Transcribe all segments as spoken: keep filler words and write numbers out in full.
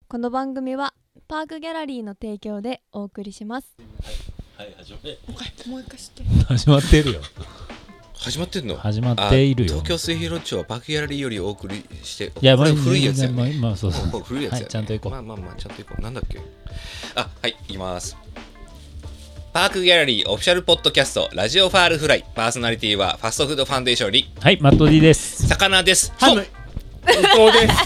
この番組はパークギャラリーの提供でお送りします。 はい、はい、始まれ。 もう一回して始まってるよ。 始まってんの？ 始まっているよ。 東京末広町はパークギャラリーよりお送りして、 いや、 これ古いやつやね。 まあ、そうそう。 これ古いやつやね。 はい、ちゃんと行こう。 まあまあまあ、ちゃんと行こう。なんだっけ。あ、はい、行きます。パークギャラリーオフィシャルポッドキャストラジオファールフライ、パーソナリティはファストフードファンデーションリ、 はい、マット D です。 魚です。 はい、伊藤です。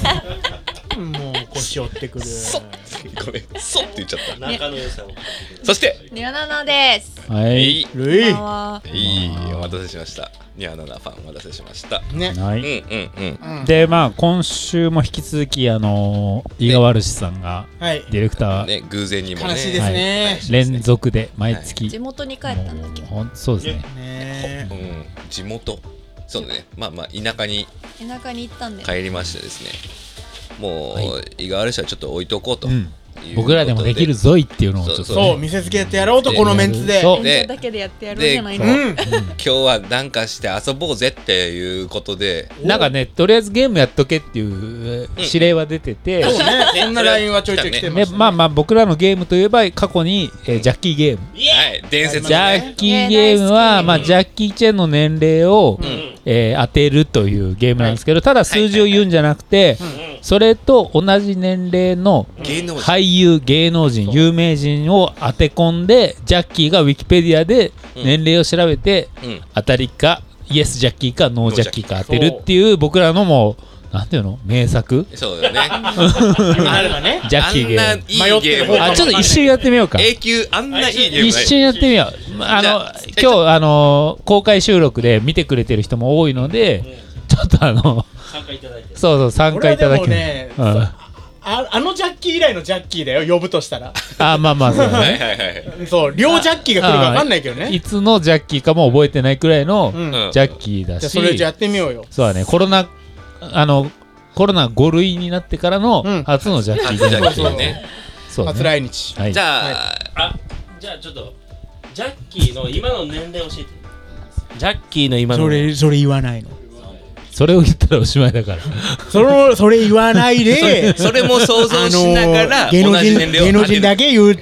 もう腰折ってくる。 そごめん、そって言っちゃった。 仲の良さを。 そしてニャナナです。 はい。 ルイ。 いい、お待たせしました。ニャナナファンお待たせしました。 ね。 はい。 うんうんうん。 で、まあ今週も引き続きあの伊賀ワルシさんがディレクター、 ね、偶然にもね。 悲しいですね。 連続で毎月。 地元に帰ったんだっけ？ ほんそうですね。 ね。 うん、地元。そうね。まあまあ田舎に田舎に行ったんで帰りましてですね。もう伊賀ワルシはちょっと置いとこうと。 僕らでもできるぞいっていうのをちょっとそう見せつけてやろうとこのメンツで。 でだけでやってやろうじゃないの。 今日はなんかして遊ぼうぜっていうことで、 なんかね、とりあえずゲームやっとけっていう指令は出てて、 そうね。そんなラインはちょいちょい来てまで、 す。 まあまあ僕らのゲームといえば過去にえジャッキーゲーム。 はい伝説ジャッキーゲームはまあジャッキーチェンの年齢をえ当てるというゲームなんですけど、ただ数字を言うんじゃなくて、それと同じ年齢の俳優芸能人有名人を当て込んで、ジャッキーがウィキペディアで年齢を調べて、当たりかイエスジャッキーかノージャッキーか当てるっていう僕らのもうなんていうの名作。 そうだよね。 あればね。 ジャッキーゲーム。 迷ってる方。 あ、ちょっと一瞬やってみようか。 永久あんないいゲーム。 一瞬やってみよう。あの今日あの公開収録で見てくれてる人も多いので、ちょっとあの参加いただいて。 そうそう参加いただきます。 あ, あのジャッキー以来のジャッキーだよ、呼ぶとしたら。 あ、まあまあそうだね。 はいはいはい。 そう、両ジャッキーが来るか分かんないけどね。 いつのジャッキーかも覚えてないくらいのジャッキーだし、 じゃあそれじゃやってみようよ。 そうだね。コロナあのコロナご類になってからの初のジャッキージャッキーね。 そう初来日。 はい、 じゃあ、 あ、じゃあちょっとジャッキーの今の年齢教えて。ジャッキーの今のそれそれ言わないの。 それを言ったらおしまいだから。 そのそれ言わないで。 それも想像しながら芸能人芸能人だけ言って、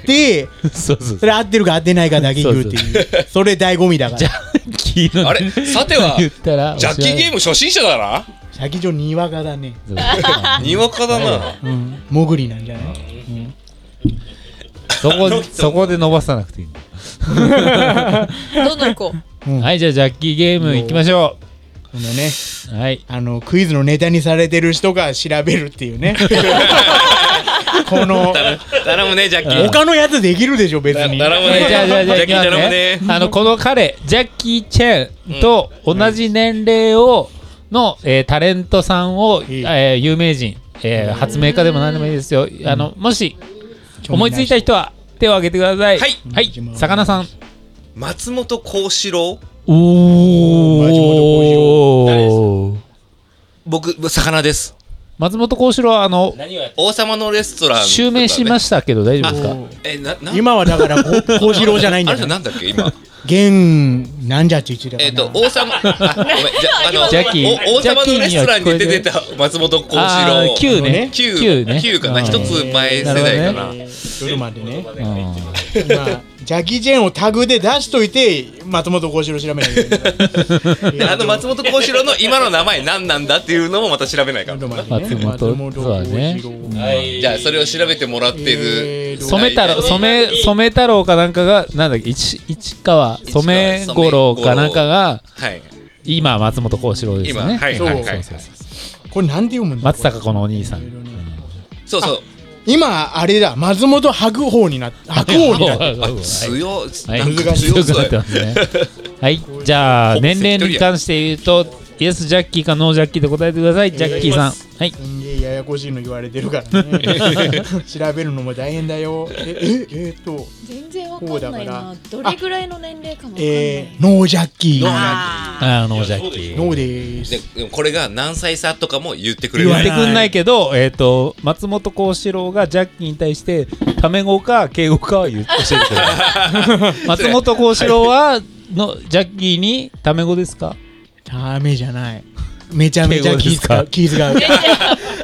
そうそう。 それ合ってるか合ってないかだけ言うっていう。それ醍醐味だから。 ジャッキーのあれさては言ったらジャッキーゲーム初心者だな。 先上にわかだね。 にわかだな。 うん。潜りなんじゃない？ そこそこで伸ばさなくていい。 どんどん行こう。はい、じゃあジャッキーゲーム行きましょう。 このね、 はい、 あのクイズのネタにされてる人が調べるっていうね。この頼むねジャッキー。 他のやつできるでしょ別に。 頼むね。 じゃあじゃあじゃあジャッキー頼むね。 あのこの彼ジャッキー・チェンと同じ年齢をの、えー、タレントさんを、えー、有名人、えー、発明家でも何でもいいですよ。あのもし思いついた人は手を挙げてください。 はいはい。魚さん。 松本幸四郎。 おお。 僕魚です。 松本幸四郎はあの王様のレストラン襲名しましたけど大丈夫ですか？ えなな今はだから幸四郎じゃないんだよ。 あれなんだっけ今？ 現なんじゃちいちだかな。 えっと王様あごめんじゃあのジャッキー王様のレストランに出てた松本幸四郎。 旧ね。 旧ね。旧かな一つ前世代かな。 夜までね。今ジャッキー・チェンをタグで出しといて松本幸四郎調べないといけない。 あの松本幸四郎の今の名前何なんだっていうのもまた調べないから。 松本そうだね。 じゃあそれを調べてもらってる染太郎染染太郎かなんかがなんだっけ市川染五郎かなんかが今松本幸四郎ですよね。 はいはいはい。 これなんて読むの？ 松たか子のお兄さん。 そうそう。 今あれだ松本白鵬になった白鵬になった。 強難しい強くなってますね。はい、じゃあ年齢に関して言うとイエスジャッキーかノージャッキーで答えてください。ジャッキーさん。はい。 ややこしいの言われてるからね。調べるのも大変だよ。えええっと全然わかんないな。どれぐらいの年齢かもわかんない。 えー、ノージャッキー。 ああノージャッキー。 ノーです。 でもこれが何歳差とかも言ってくれる。 言ってくんないけど、えっと松本幸四郎がジャッキーに対してタメ語か敬語かは言って教えてくれる。松本幸四郎はのジャッキーにタメ語ですか？ ダメじゃない。めちゃめちゃ気使う気使う。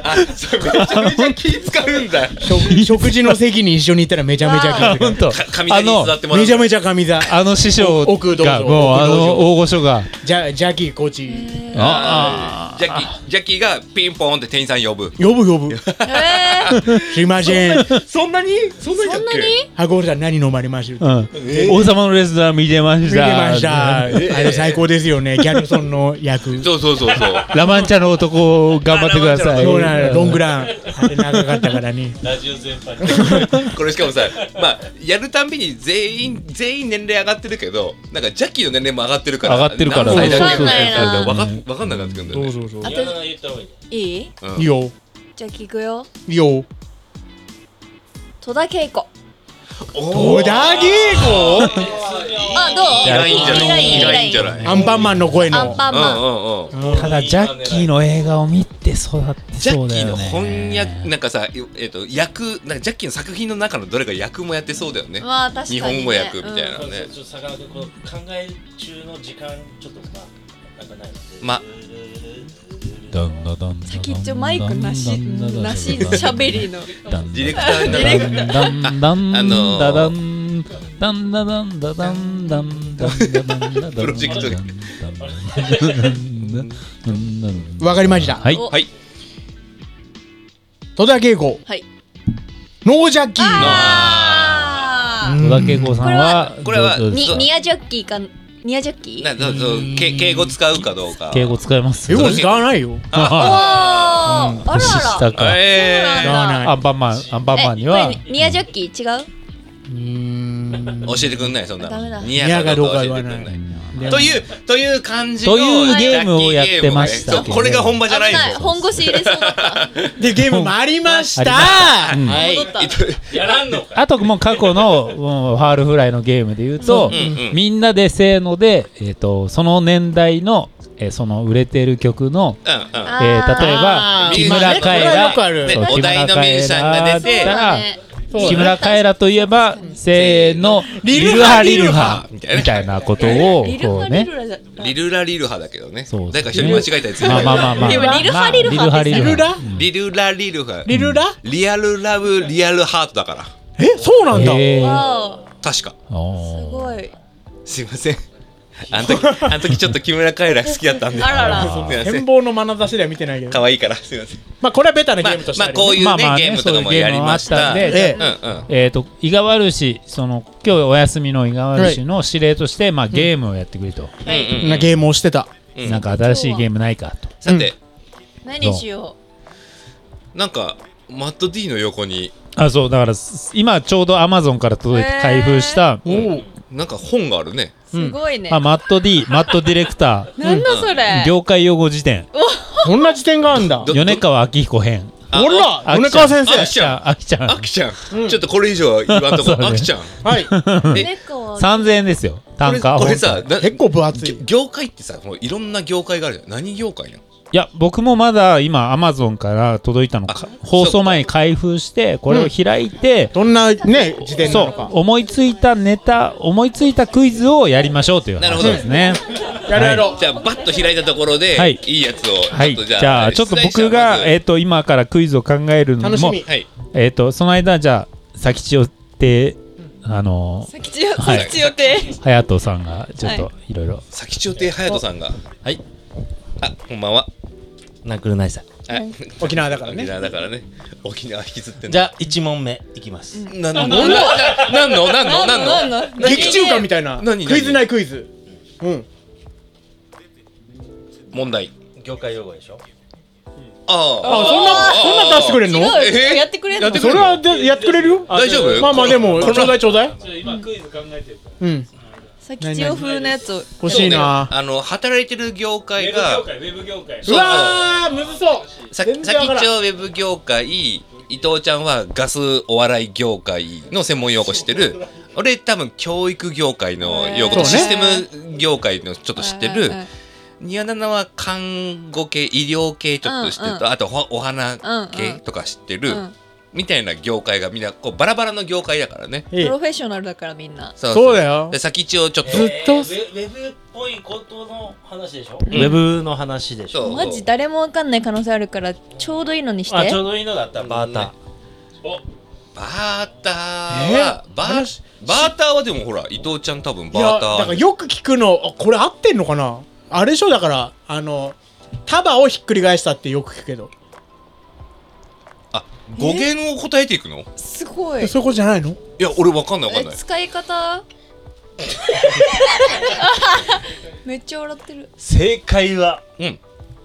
あ、そうめちゃめちゃ気使うんだ。 食食事の席に一緒に行ったらめちゃめちゃ気遣う。 本当。 神座に座ってもらう。 めちゃめちゃ神座。 あの師匠奥どうぞがもうあの大御所がじゃジャッキーコーチあジャッキージャッキーがピンポンって店員さん呼ぶ。 呼ぶ呼ぶ。 えー、 すいません。 そんなにそんなにだっけ？ ハゴールさん何飲まれます？見てうん王様のレストラン見てましたました。あれ最高ですよね。ギャルソンの役。 そうそうそうそう。 ラマンチャの男頑張ってくださいそうなのロングランあれ長かったからね。 ラジオ全般これしかもさ、まあやるたんびに全員全員年齢上がってるけど、なんかジャッキーの年齢も上がってるから、 上がってるから何歳だっけわかんないなわかんわかんなくなってくるんだよね。 そうそうそう。 宮野が言った方がいいいい？ うんいいよじゃあ聞くよ。 いいよ。 戸田恵子。 おー戸田恵子。 あ、どう？ いらいいんじゃない？いいいらいいんじゃない？ アンパンマンの声の。 アンパンマン。 うんうんうん。 ただジャッキーの映画を見て育ってジャッキーのそうだよね翻訳なんかさ、えっと役なんかジャッキーの作品の中のどれか役もやってそうだよね。 まあ確かにね。 日本語訳みたいなそうね。 ちょっとさかなクンこの考え中の時間ちょっとまあなんかないのでま先っちょマイクなしなし喋りの。 ディレクターになディレクる。 ダンダンダンあのーダダンダンダダンダダンダンダンダダンダダンプロジェクトわかりました。 はいおはい。 戸田恵子。 はい。 ノージャッキー。 あうん戸田恵子さんはこれはー。 どうですにニアジャッキーかニアジャッキー？ などうぞけ敬語使うかどうか。 敬語使えます英語使わないよ。 あーあら年あら。 下かえ使わない。 アンパンマンアンパンマンにはえこれニアジャッキー違う？ うーんー、教えてくんないそんなの。 ダメだニヤかどうか教えてくんない。 でというという感じのというゲームをやってましたけどそうこれが本場じゃないんですよ。 本腰入れそうだった。 でゲームもありました。 ありましたはい。 戻った。 やらんのかあともう過去のもうファールフライのゲームで言うと、 うんうんみんなでせーので、えー、とその年代の、えーその売れてる曲の、 うんうん。 えー例えばあー木村カエまあねこれはラよくあるそうねお題のミュージシャンが出てそう木村カエラだね。 そう木村カエラといえばせーのリルハリルハみたいなことをリルハリこうねルラじゃ。 リルラリルハだけどね。 そう誰か一人間違えたやついるまあまあまあまあ今リルハリルハまあリルハリルハリルラリルラリルハ。 リルラ？ リアルラブリアルハートだから。 え、そうなんだ。 へーわ確か。 ーすごい。 すいません。あの時あの時ちょっと木村カエラ好きだったんで。 あららすいません。 展望の眼差しでは見てないけど。 可愛いからすいません。 まあこれはベタなゲまあームとしてあるまあこういうねまあまあねゲームとかもやりました。 そういうゲームもあったんでええうんうん。 えー、と伊賀原市その今日お休みの伊賀原市の指令として、まあ、ゲームをやってくれと、 うんうんなゲームをしてた。 うんなんか新しいゲームないかとさて、 何しよなんかマット D の横にあそうだからす今ちょうどアマゾンから届いてへー開封した、 おお。 なんか本があるね。 う。すごいねまあ、。マット D マットディレクタなんだそーれ。 業界用語辞典こんな時点があるんだ。 ど米川明彦編あほら、 あ米川先あ生。 あきちゃんあきちゃんあきちゃん、ちょっとこれ以上は言わんとこそうねあきちゃんはい。 え猫さんぜんえんですよこれ単価これさな結構分厚い。 ぎ業界ってさもういろんな業界があるじゃん。何業界なの？ いや僕もまだ今アマゾンから届いたのかあ放送前に開封してこれを開いて、 どんなね時点なそうのか。 思いついたネタ思いついたクイズをやりましょうという話ですねやるやろう。 じゃあバッと開いたところで、 はいい、いやつをちょっと、 はい、じゃあちょっと僕が、えー、と今からクイズを考えるのも、 楽しみ。 はいえー、とその間じゃあ佐吉をってあのー、 さきちよ、 はいさきちよて。 隼人さんがちょっとはいろいろ佐吉町亭隼人さんがはいあこんばんはナクルナイさんあ沖縄だから沖ね。 縄だからね沖縄引きずってんのじゃあいち問目いきますななななんのなんのなんのなんの劇中歌みたいな。 何何クイズないクイズ。うん。 問題業界用語でしょあああ、そんな、そんな出してくれんの？ 違うえやってくれんの？ やってくそれはでやってくれるよ。 大丈夫まあまあでも、ちょうだいちょうだい。 今クイズ考えてるからうん。 さきちよ風のやつを。 欲しいな。 あの働いてる業界が界ウェブ業界うわー、むずそう。 さ全然わからん先っちょウェブ業界伊藤ちゃんはガスお笑い業界の専門用語知ってる俺多分教育業界の用語とそうねシステム業界のちょっと知ってるうんうんうんニヤナナは看護系医療系ちょっと知ってると、 うんうんあとほお花系とか知ってる、 うんみたいな業界がみんなこうバラバラの業界だからね。 ええプロフェッショナルだからみんな。 そうそうだよで先っちょをちょっとずっとえーウェウェブっぽいことの話でしょ、ウェブの話でしょ。 そうマジ誰もわかんない可能性あるからちょうどいいのにして。 あ、ちょうどいいのだったらバーター、おバーターは、 えバー話バーターはでもほら伊藤ちゃん多分いやバーターだからよく聞くのあこれ合ってんのかなあれでしょだからあの束をひっくり返したってよく聞くけどあ語源を答えていくの？ すごい。 そういうことじゃないのいや俺わかんないわかんない。 え使い方めっちゃ笑ってる。 正解はうん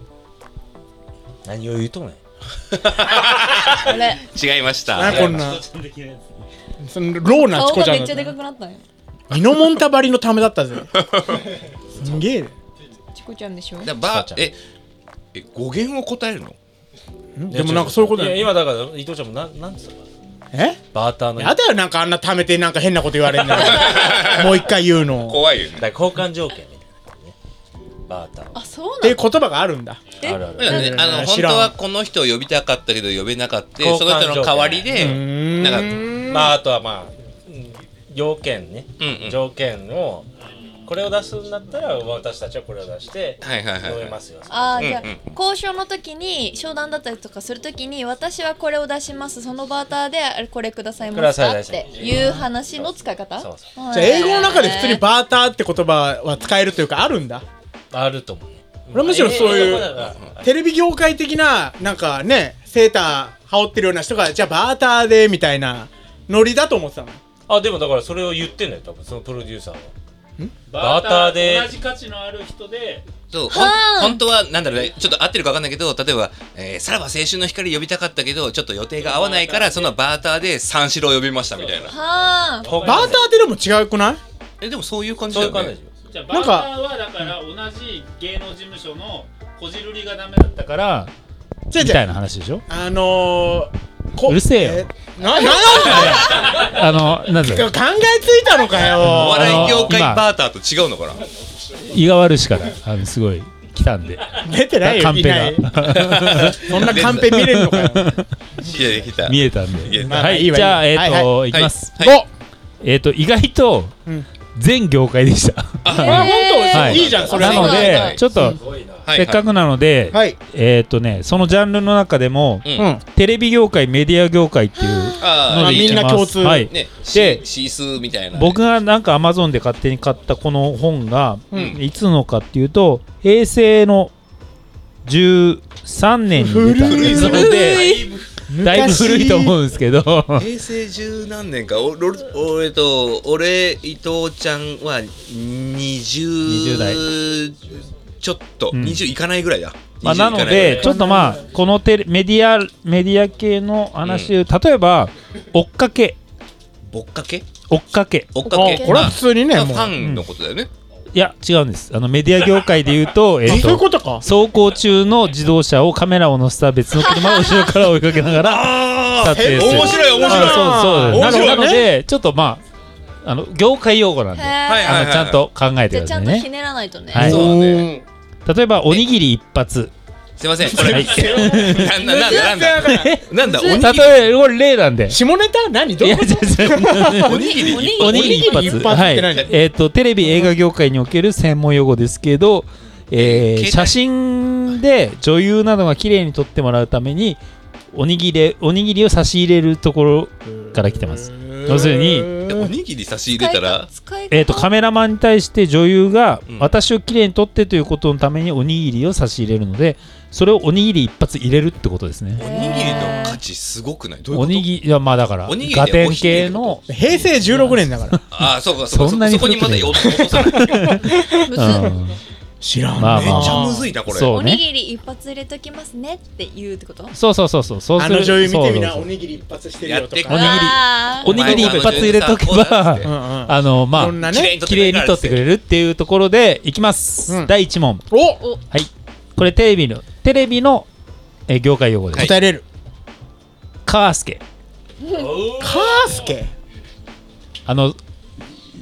何を言うとんねん。 あれ違いました。 なんかこんなちょっとできないやつそのローなチ顔コちゃんだったがめっちゃでかくなったんよ。 ミノモンタばりのためだったぜすんげえチコちゃんでしょ。 だバーええ語源を答えるの？ でもなんかそういうこといやだよ今だから伊藤ちゃんもなんなんつったかえバーターのやだよなんかあんなためてなんか変なこと言われんのもう一回言うのっ怖いよね。 だから交換条件みたいな感じね。バーターあそうてないの。 う言葉があるんだえあるあるだからねうんあの本知らん当はこの人を呼びたかったけど呼べなかった交換その人の代わりでんなんかまああとはまあうん要件ね、 うんうん条件をこれを出すんだったら私たちはこれを出してはいはいはいはい飲めますよ。 あーじゃあ、 うんうん交渉の時に商談だったりとかする時に私はこれを出しますそのバーターであれこれくださいますくださいかっていう話の使い方。 そうそうはいじゃあ英語の中で普通にバーターって言葉は使えるというかあるんだあると思うね。 俺むしろそういう英語だからテレビ業界的ななんかねセーター羽織ってるような人がじゃあバーターでみたいなノリだと思ってたのあでもだからそれを言ってんだよ多分そのプロデューサーは。 バーターバーターで同じ価値のある人でそうほんはあ本当はなんだろうねちょっと合ってるか分かんないけど例えば、えーさらば青春の光呼びたかったけどちょっと予定が合わないからそのバーターで三四郎呼びましたみたいな。 はあ。 ババーターってでも違うくないえでもそういう感じだよねそういう感じで。すよ。 じゃあバーターはだから同じ芸能事務所のこじるりがダメだっただからじゃあじゃみたいな話でしょ。 ああのーこうるせえよえななんだあのなんだよ考えついたのかおよ笑い業界今バーターと違うのかな。 伊賀原市からあのすごい来たんで出てないよカンペいないがそんなカンペ見れるのかよいや来た。 見えたんで。 いやまあはいいいわじゃあえっいいわはいといきます。 はいおえっと意外とうん全業界でした。 あ本当はいいいじゃんそれなのはいでちょっとすごいな。 はいせっかくなのではいえっとねそのジャンルの中でもうんうんテレビ業界メディア業界っていうあまあみんのでいきますな共通はいねでシシースーみたいな。 僕がなんかアマゾンで勝手に買ったこの本がうんいつのかっていうと平成のじゅうさんねんに出た古いのでだいぶ古いと思うんですけど平成十何年かおおおえっと俺伊藤ちゃんはにじゅうにじゅう代ちょっと、 うんにじゅういかないぐらいだ。 まあなのにじゅういかないぐらいでちょっとまあこのテレメディアメディア系の話で例えば追っかけぼっかけ追っかけ追っかけあこれは普通にねまあもうファンのことだよね。 いや違うんですあのメディア業界で言うとえあっそういうこととか走行中の自動車をカメラを乗せた別の車を後ろから追いかけながら撮影する面白い面白い。 あそうそう面白いねなのでちょっとまああの業界用語なんでへーはいあのちゃんと考えてくだじゃあちゃんとさいねひねらないとね。 はいそうだね。 例えばおにぎり一発すいませんこれ、 はいなんだなんだなんだなんだおにぎり例えばこれ例なんで下ネタ何どういやいうこと違う違うおにぎりおにぎりおにぎり一発おにぎり一発はいって何えっとテレビ映画業界における専門用語ですけどえー携帯写真で女優などが綺麗に撮ってもらうためにおにぎりおにぎりを差し入れるところから来てます要するにえおにぎり差し入れたら使い方えー、とカメラマンに対して女優がうん私をきれいに撮ってということのためにおにぎりを差し入れるのでそれをおにぎり一発入れるってことですねおにぎりの価値すごくないどういうことおにぎりいやまあだからおにぎりでガテン系の平成じゅうろくねんだからああそうかそうかそんなにそこにまだ落とさないむずうん知らんねまあまあめっちゃむずいなこれそうねおにぎり一発入れときますねって言うってこと？ そうそうそうそうそうするあの女優見てみなそうそうそうおにぎり一発してるよとかやってくおにぎりあーおにぎり一発入れとけばうんうんあのまあいろんなね綺麗に撮って綺麗に撮ってくれるっていうところでいきます、 うんだいいち問おはいこれテレビのテレビのえー業界用語です、 答えれるカースケカースケあの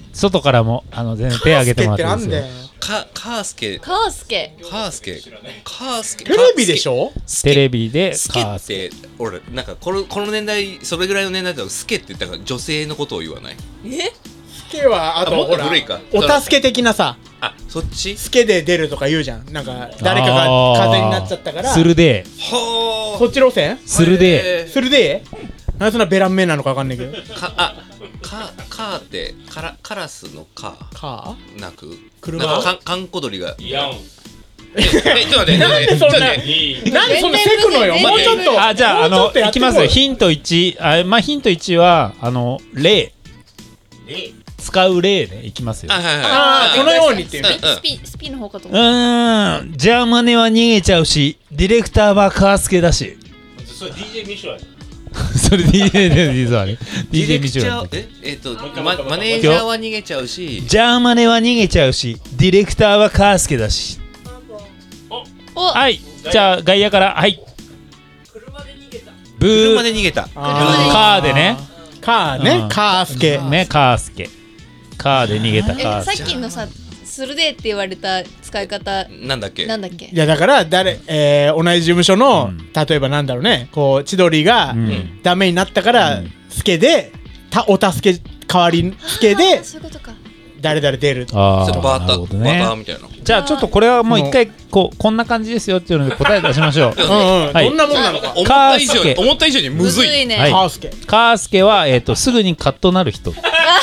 外からもあの全然手挙げてもらっていいですよ。 かカースケカースケカースケカースケテレビでしょ？ テレビでスケって俺なんかこのこの年代それぐらいの年代だとスケって言ったら女性のことを言わない？ えスケはあとほら古いかお助け的なさ、 あそっちスケで出るとか言うじゃん。なんか誰かが風邪になっちゃったからするではそっち路線するでするでなんでそんなベランメなのかわかんないけどかあかカーってカラカラスのカかーなく車なんかかんかんこ鳥がいやんえちょっと待ってなんでそんなちょっと待っていいなんでそんなせくのよ。もうちょっとあじゃああのもうちょっとやってこいいきますよ。ヒントいちあまあヒントいちはあの例え使う例ねいきますよ。 あはいはいあーこのようにっていううんねスピスピの方かとう思ったーんジャーマネは逃げちゃうしディレクターはカースケだしそれ ディージェー ミシュやそれ ディージェー で実はね ディージェー ミシュランええっともう一回まもう一回マネージャーは逃げちゃうしジャーマネは逃げちゃうしディレクターはカースケだしおはいじゃあ外野からはいブー車で逃げたあカーでねカーねうんカースケねカースケカーで逃げたカえさースケっきのさするでって言われた使い方なんだっけなんだっけいやだから誰、えー、同じ事務所の、 うん例えばなんだろうねこう千鳥がうんダメになったから、 うんスケでたお助け代わりスケあでーそういうことか誰々出るあそれバーターなるほどバーターねみたいなじゃあちょっとこれはもう一回こうこんな感じですよっていうので答え出しましょううんうん、 はいどんなもんなのか思った以上カースケに思った以上にむずいね、 はいカースケカースケはえっとすぐにカッとなる人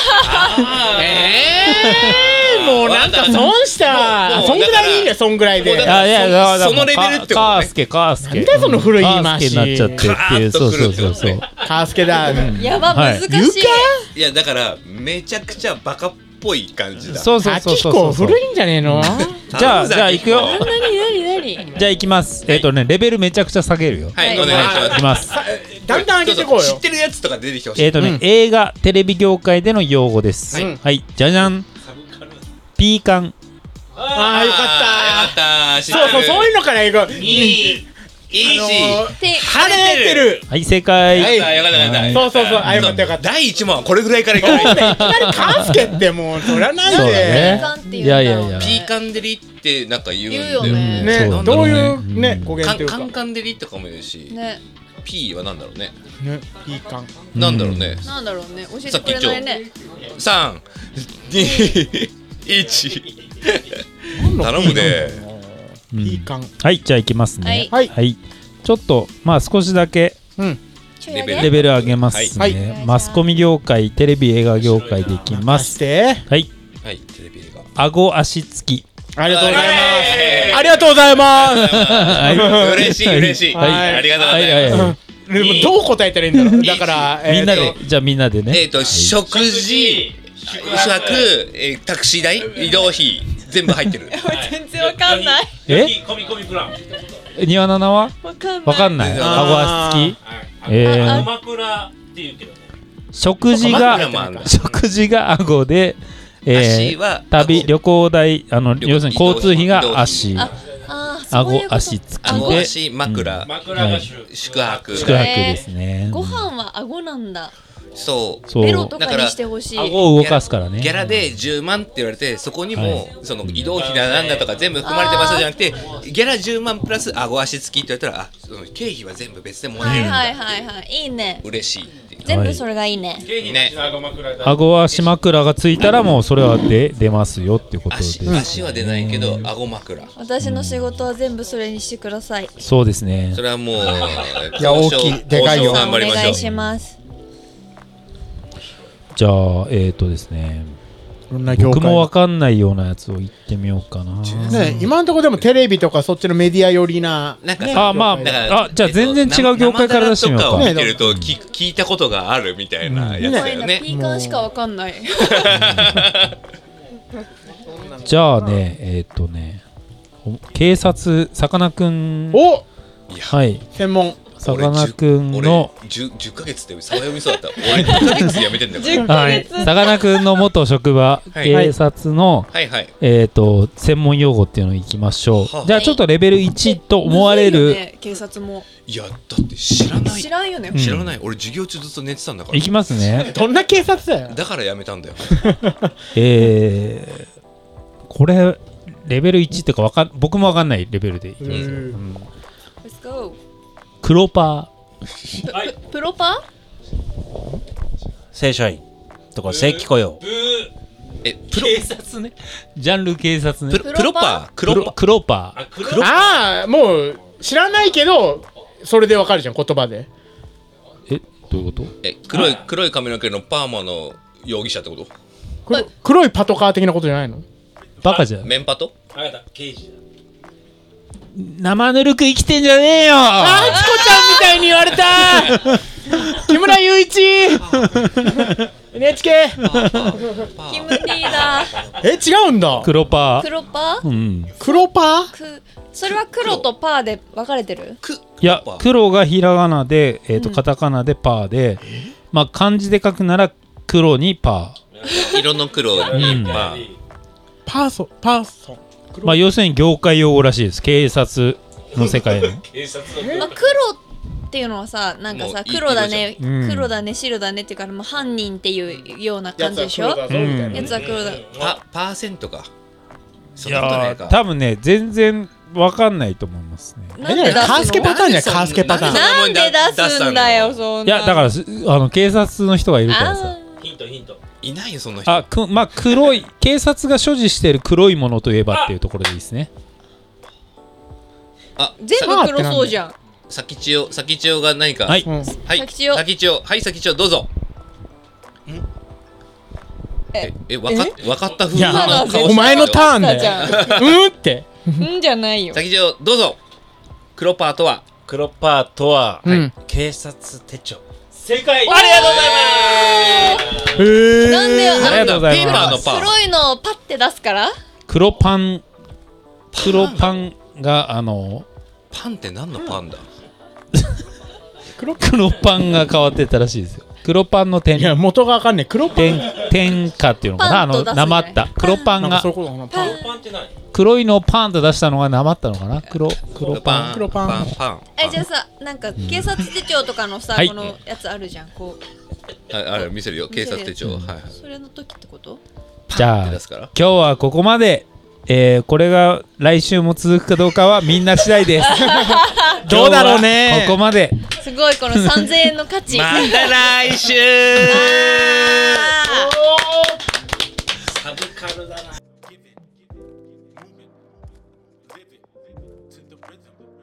えー、もうなんか損したもうもうそんぐらいいいねそんぐらいでもうだからあいやだからそのレベルってことねカースケカースケなんだよその古い言いカー回しスケになっちゃってっていうそうそうそうそうカースケだ、 やばはい難しい、 いやだからめちゃくちゃバカっぽい感じだそうそうそうそうそう古いんじゃねえのじゃあじゃあ行くよなになになにじゃあ行きますえっとねレベルめちゃくちゃ下げるよはいはいお願いします行きますだんだん上げてこうよ知ってるやつとか出てきてほしいえっとねうん映画テレビ業界での用語ですはいはいじゃじゃんピーカンああよかあったーよかった知ってるそうそうそういうのからいこういいいいしあのーて晴れてるはい正解はいあよかったよかったそうそうそうあよかったよかっただいいち問はこれぐらいからいかないといきなりカースケってもうそりゃないそうだでねピーカンって言うんだいやいやいやピーカンデリってなんか言うんだ言うよねうんねそうどういねうね語源カンというかカンカンデリとかも言うしね P はなんだろうねねピーカンなんだろうねなんだろうね教えてくれないねさんにいち頼むねうんピーカンはいじゃあ行きますねはいはいちょっとまあ少しだけうんちょい上げレベルレベル上げますはいねマスコミ業界テレビ映画業界でいきまますしてはいはいテレビ映画顎足つきありがとうございはいますありがとうございますは嬉しい嬉しいはいありがとうございますはいはいはいでもどう答えたらいいんだろうだからみんなえーとでじゃあみんなでねえっと食事宿泊えータクシー代移動費全部入ってる全然わかんないえ込み込みプラン庭菜々はわかんないわかんない全然顎足つきえー鎌倉って言うけどね食事枕がもあんだ食事が顎でえー足は顎旅旅行代あの旅要するに交通費移動費が足ああーそういう顎こと足つきで顎足枕枕が主宿泊宿泊ですねご飯は顎なんだそうそうベロとかにしてほしい顎を動かすからねギャラでじゅうまんって言われてそこにもその移動費だなんだとか全部含まれてますじゃなくてギャラじゅうまんプラス顎足付きって言われたらあその経費は全部別でもらえるんだはいはいはいはいいいね嬉しいっていう全部それがいいね経費なしの顎枕だ顎足枕がついたらもうそれはで出ますよっていうことです足足は出ないけど顎枕私の仕事は全部それにしてくださいそうですねそれはもういや交渉大きいでかいよ交渉頑張りまお願いしょうしますじゃあえっとですねいろんな業界僕もわかんないようなやつを言ってみようかなね今のところでもテレビとかそっちのメディア寄りななんかねあまあだからあじゃあ全然違う業界から出してみようか生々とかを見てると聞聞いたことがあるみたいなやつだよねピーカンしかわかんないじゃあねえっとねお警察さかなクンおはい専門さかなクンの俺 10, 10ヶ月って沢読みそうだった俺にかげつで辞めてんだよはいさかなクンの元職場、はい、警察の、 はいはい、 えーと専門用語っていうのをいきましょう、はあ、じゃあちょっとレベルいちと思われる、 ね、警察もいやだって知らない知らんよね、 うん、 知らない俺授業中ずっと寝てたんだからいきますねどんな警察だよだから辞めたんだよえー、これレベルいちってかわかん僕もわかんないレベルでいきますよ、うん、 Let's go 黒パー、はい、プロパー正社員とか正規雇用えプロ警察ねジャンル警察ねプロパー黒パー黒パーああもう知らないけどそれでわかるじゃん言葉でえどういうことえ黒い黒い髪の毛のパーマの容疑者ってこと黒黒いパトカー的なことじゃないのバカじゃんメンパトあなた刑事だ生ぬるく生きてんじゃねえよあーチコちゃんみたいに言われた木村雄一エヌエイチケーキム D だえ違うんだ黒パー黒パー、 うん、 黒パーくそれは黒とパーで分かれてるいや黒がひらがなで、えーとうん、カタカナでパーで、まあ漢字で書くなら黒にパー色の黒にパー、 うん、パーソンパーソンまあ要するに業界用語らしいです警察の世界の警察の、まあ、黒っていうのはさなんかさ黒だね、うん、黒だね白だねっていうからもう犯人っていうような感じでしょやつは黒だ、うん、 パ, パーセントかいやー多分ね全然わかんないと思いますねなんで出すのカースケパターンじゃんカースケパターンなんで出すんだよそんないやだからあの警察の人がいるからさヒントヒントいないよそんな人あくまあ黒い警察が所持している黒いものといえばっていうところでいいですねあ全部黒そうじゃん先千代先千代が何かはい、 うん、はい先千代先千代はい先千代どうぞええわかわかった風な顔お前のターンだようんってうんじゃないよ先千代どうぞ黒パーとは黒パーとは、 うんはい、警察手帳正解ありがとうございますへーなんでありがとうございます黒いのをパッて出すから黒パン黒パンがあのパンって何のパンだ、 黒, 黒パンが変わってたらしいですよ黒パンの点いや元がわかんねえ黒パン天下っていうのかなあのなまった黒パンが黒パンって何黒いのをパンと出したのがなまったのかな黒黒パン黒パンパンパンえじゃあさなんか警察手帳とかのさ、 はい、 このやつあるじゃんこうああれ見せるよ警察手帳、うん、はいはいそれの時ってことじゃあ今日はここまでえー、これが来週も続くかどうかはみんな次第ですどうだろうねここまですごいこのさんぜんえんの価値また来週サブカルだな